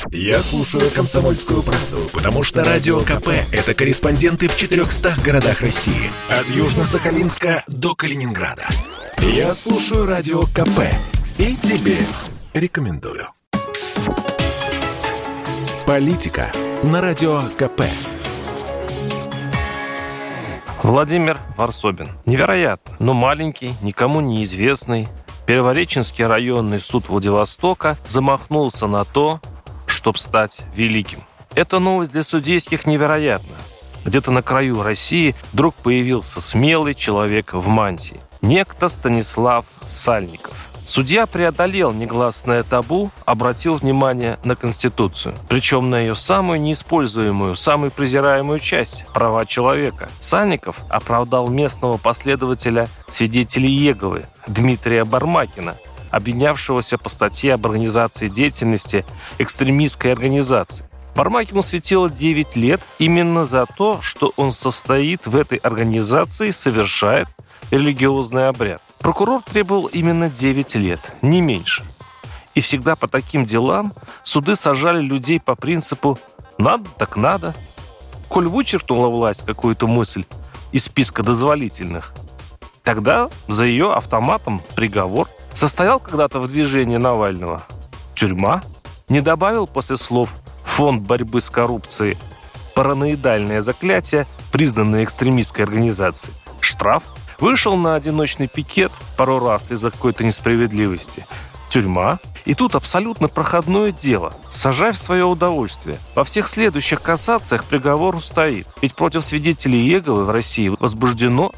Я слушаю «Комсомольскую правду», потому что Радио КП – это корреспонденты в 400 городах России. От Южно-Сахалинска до Калининграда. Я слушаю Радио КП и тебе рекомендую. Политика на Радио КП. Владимир Варсобин. Невероятно, но маленький, никому неизвестный Первореченский районный суд Владивостока замахнулся на то, чтобы стать великим. Эта новость для судейских невероятна. Где-то на краю России вдруг появился смелый человек в мантии. Некто Станислав Сальников. Судья преодолел негласное табу, обратил внимание на Конституцию. Причем на ее самую неиспользуемую, самую презираемую часть – права человека. Сальников оправдал местного последователя свидетелей Иеговы Дмитрия Бармакина, обвинявшегося по статье об организации деятельности экстремистской организации. Бармакину светило 9 лет именно за то, что он состоит в этой организации, совершает религиозный обряд. Прокурор требовал именно 9 лет, не меньше. И всегда по таким делам суды сажали людей по принципу «надо, так надо». Коль вычеркнула власть какую-то мысль из списка дозволительных, тогда за ее автоматом приговор. Состоял когда-то в движении Навального тюрьма. Не добавил после слов «Фонд борьбы с коррупцией» параноидальное заклятие, признанное экстремистской организацией. Штраф. Вышел на одиночный пикет пару раз из-за какой-то несправедливости. Тюрьма. И тут абсолютно проходное дело. Сажай в свое удовольствие. Во всех следующих кассациях приговор устоит. Ведь против свидетелей Иеговы в России возбуждено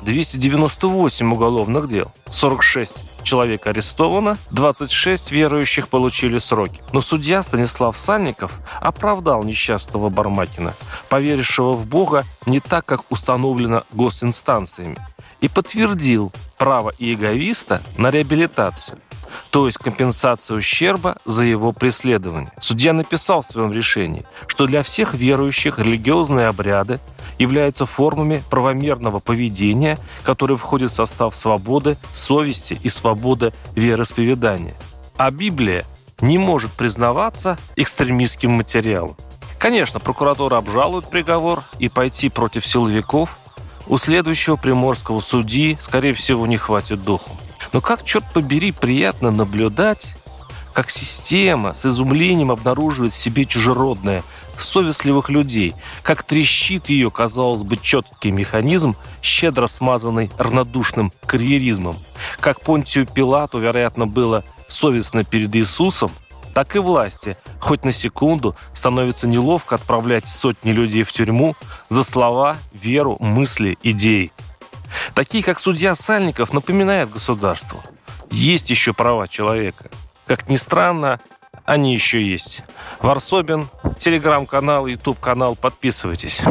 298 уголовных дел. 46 человек арестовано, 26 верующих получили сроки. Но судья Станислав Сальников оправдал несчастного Бармакина, поверившего в Бога не так, как установлено госинстанциями, и подтвердил право иеговиста на реабилитацию, то есть компенсацию ущерба за его преследование. Судья написал в своем решении, что для всех верующих религиозные обряды являются формами правомерного поведения, которые входят в состав свободы, совести и свободы вероисповедания. А Библия не может признаваться экстремистским материалом. Конечно, прокуратура обжалует приговор, и пойти против силовиков у следующего приморского судьи, скорее всего, не хватит духу. Но как, черт побери, приятно наблюдать, как система с изумлением обнаруживает в себе чужеродное, совестливых людей, как трещит ее, казалось бы, четкий механизм, щедро смазанный равнодушным карьеризмом. Как Понтию Пилату, вероятно, было совестно перед Иисусом, так и власти хоть на секунду становится неловко отправлять сотни людей в тюрьму за слова, веру, мысли, идеи. Такие, как судья Сальников, напоминают государству. Есть еще права человека. Как ни странно, они еще есть. Варсобин, телеграм-канал, ютуб-канал. Подписывайтесь.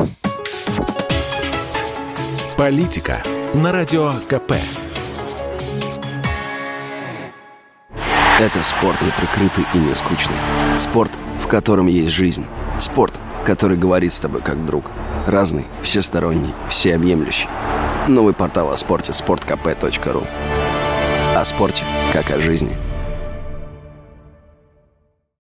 Политика на Радио КП. Это спорт неприкрытый и не скучный. Спорт, в котором есть жизнь. Спорт, который говорит с тобой как друг. Разный, всесторонний, всеобъемлющий. Новый портал о спорте – sportkp.ru. О спорте, как о жизни.